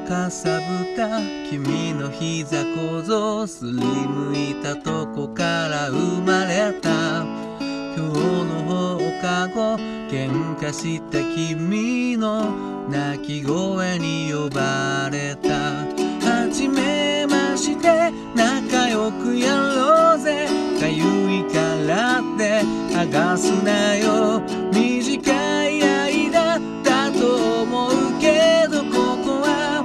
かさぶた君の膝小僧すりむいたとこから生まれた今日の放課後喧嘩した君の泣き声に呼ばれたはじめまして仲良くやろうぜかゆいからって剥がすなよ短い間だと思うけどここは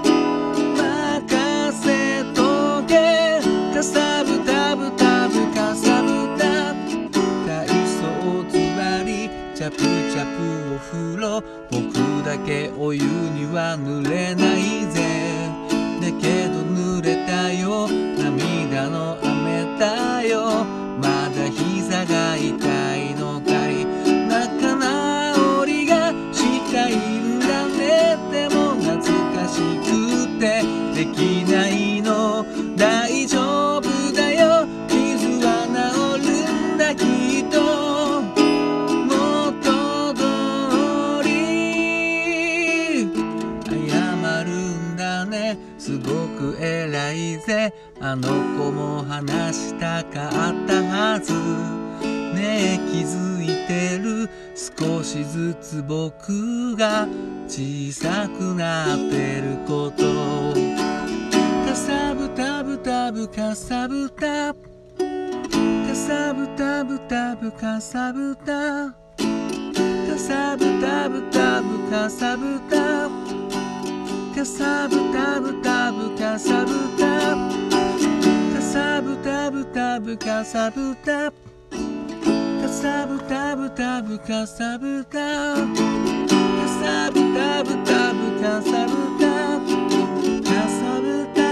任せとけかさぶたぶたぶかさぶた体操座りチャプチャプお風呂僕だけお湯には濡れないぜだけど濡れたよ涙の雨だよまだ膝が痛いのかい仲直りがしたいんだねでも懐かしくてできないの大丈夫だよ傷は治るんだきっと元通り謝るんだねすごく偉いぜあの子も話したかったはずねえ気づいてる少しずつ僕が小さくなってることかさぶたぶたぶかさぶたかさぶたぶたぶかさぶたかさぶたぶたぶかさぶたかさぶたぶたぶかさぶたかさぶたぶたぶかさぶたかさぶたぶたぶかさぶたかさぶたぶたぶかさぶたかさぶた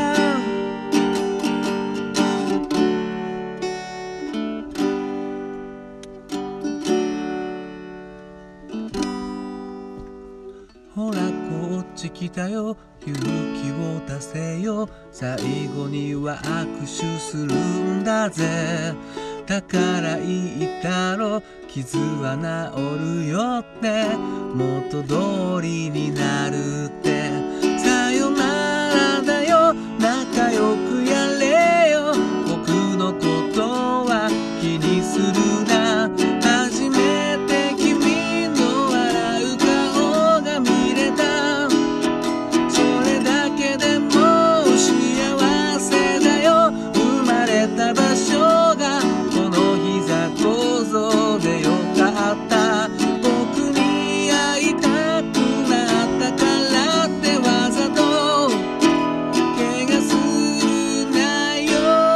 ほらこっち来たよ勇気を出せよ最後には握手するんだぜだから言ったろ傷は治るよって元通りになるってさよならだよ仲良くやれよ僕のことは気にするな初めて君の笑う顔が見れたそれだけでも幸せだよ生まれた場所がこの膝小僧でよかった僕に会いたくなったからってわざと怪我するなよ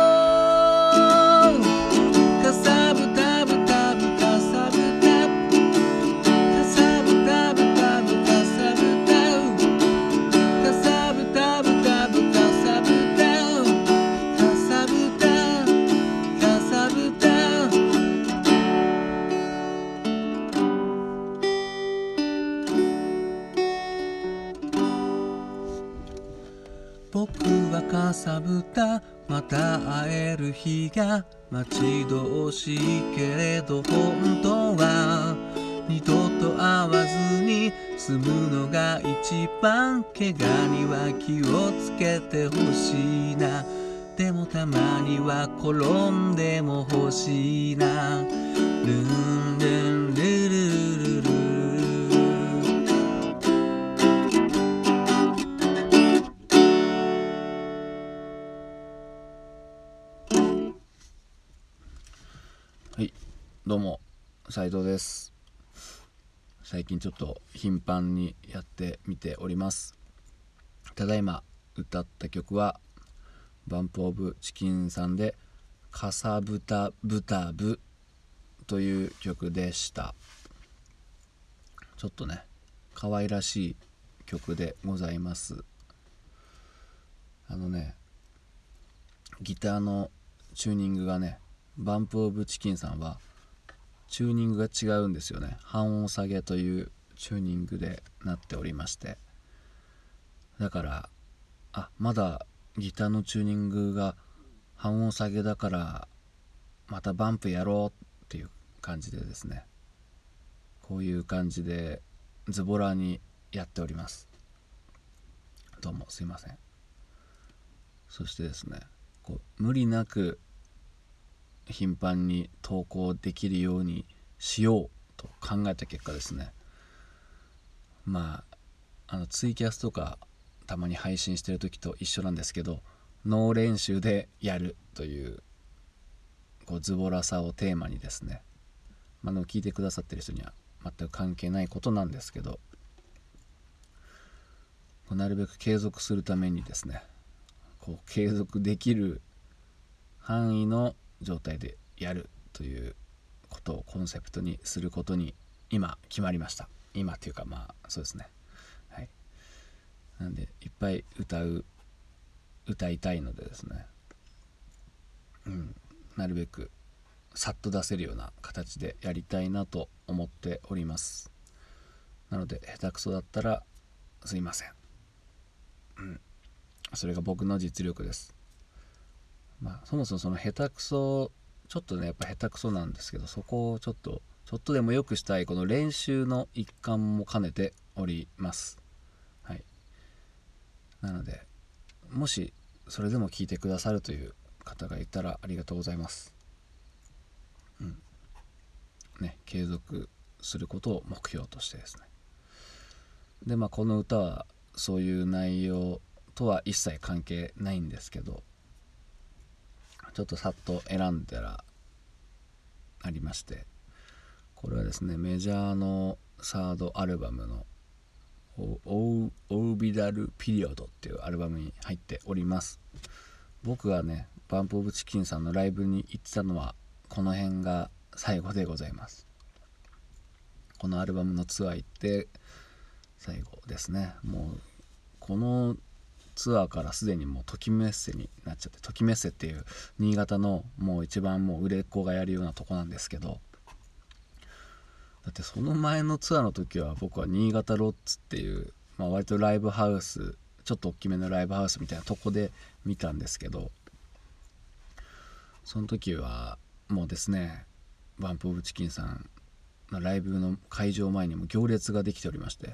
かさぶたぶたぶかさぶたかさぶたぶたぶかさぶたかさぶたぶたぶかさぶたかさぶたかさぶた僕はかさぶたまた会える日が待ち遠しいけれど本当は二度と会わずに済むのが一番怪我には気をつけてほしいなでもたまには転んでも欲しいなルンルンルルルルルはいどうも斉藤です最近ちょっと頻繁にやってみておりますただいま歌った曲はバンプオブチキンさんでかさぶたぶたぶという曲でしたちょっとね可愛らしい曲でございますギターのチューニングがねバンプオブチキンさんはチューニングが違うんですよね半音下げというチューニングでなっておりましてだからまだギターのチューニングが半音下げだからまたバンプやろうっていう感じでですねこういう感じでズボラにやっておりますともすいません。そしてですね、無理なく頻繁に投稿できるようにしようと考えた結果ですね、ツイキャスとかたまに配信してる時と一緒なんですけど、ノー練習でやるというズボラさをテーマにですね、聞いてくださってる人には全く関係ないことなんですけど、なるべく継続するためにですね、継続できる範囲の状態でやるということをコンセプトにすることに今決まりました。今というかそうですね、はい。なんでいっぱい歌いたいのでですね、なるべくさっと出せるような形でやりたいなと思っております。なので下手くそだったらすいません。それが僕の実力です。そもそもその下手くそ、ちょっとねやっぱ下手くそなんですけど、そこをちょっとでも良くしたいこの練習の一環も兼ねております。はい。なのでもしそれでも聞いてくださるという方がいたらありがとうございます。継続することを目標としてですね。でこの歌はそういう内容とは一切関係ないんですけど、ちょっとさっと選んだらありまして、これはですねメジャーのサードアルバムのオービダルピリオドっていうアルバムに入っております。僕がねバンプオブチキンさんのライブに行ってたのはこの辺が最後でございます。このアルバムのツアー行って最後ですね。もうこのツアーからすでにもうときめっせになっちゃって、ときめっせっていう新潟のもう一番売れっ子がやるようなとこなんですけど、だってその前のツアーの時は僕は新潟ロッツっていう、割とライブハウス、ちょっと大きめのライブハウスみたいなとこで見たんですけど、その時はもうですねバンプオブチキンさんのライブの会場前にも行列ができておりまして、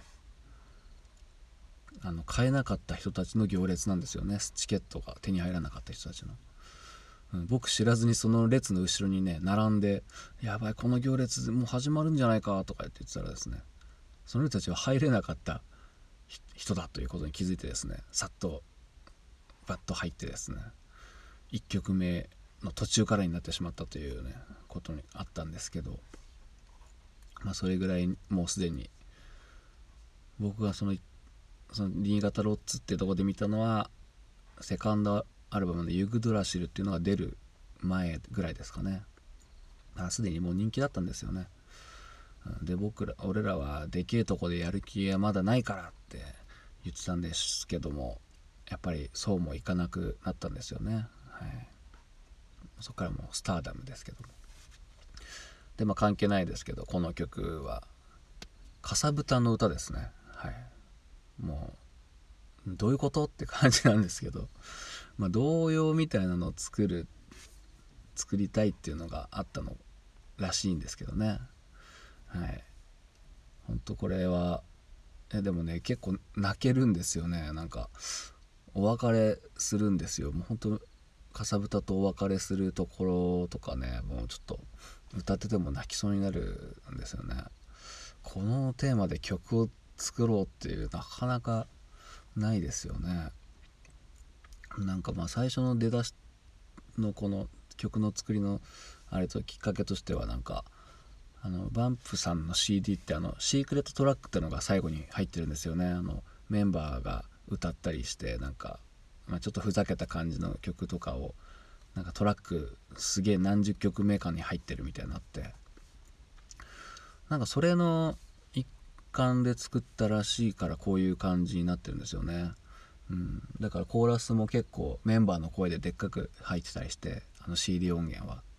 買えなかった人たちの行列なんですよね。チケットが手に入らなかった人たちの、僕知らずにその列の後ろにね並んで、やばいこの行列もう始まるんじゃないかとか言ってたらですね、その人たちは入れなかった人だということに気づいてですね、さっとバッと入ってですね、1曲目の途中からになってしまったというねことにあったんですけど、それぐらいもうすでに僕がその新潟ロッツっていうところで見たのはセカンドアルバムのユグドラシルっていうのが出る前ぐらいですかね。すでにもう人気だったんですよね。で俺らはでけえとこでやる気はまだないからって言ってたんですけども、やっぱりそうもいかなくなったんですよね。はい、そこからもうスターダムですけども。で関係ないですけど、この曲はかさぶたの歌ですね。はい。もうどういうことって感じなんですけど、童謡みたいなのを作りたいっていうのがあったのらしいんですけどね。はい。ほんとこれはでもね結構泣けるんですよね。なんかお別れするんですよ。もうほんとかさぶたとお別れするところとかね、もうちょっと歌ってても泣きそうになるんですよね。このテーマで曲を作ろうっていうなかなかないですよね。なんか最初の出だしのこの曲の作りのあれときっかけとしては、なんかバンプさんの CD ってシークレットトラックってのが最後に入ってるんですよね。メンバーが歌ったりして、なんか、ちょっとふざけた感じの曲とかをなんかトラックすげえ何十曲目かに入ってるみたいになって、なんかそれの一環で作ったらしいからこういう感じになってるんですよね。だからコーラスも結構メンバーの声ででっかく入ってたりして、CD 音源は、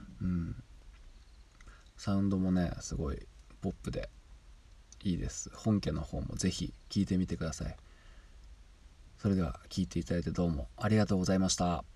サウンドもねすごいポップでいいです。本家の方もぜひ聴いてみてください。それでは聴いていただいてどうもありがとうございました。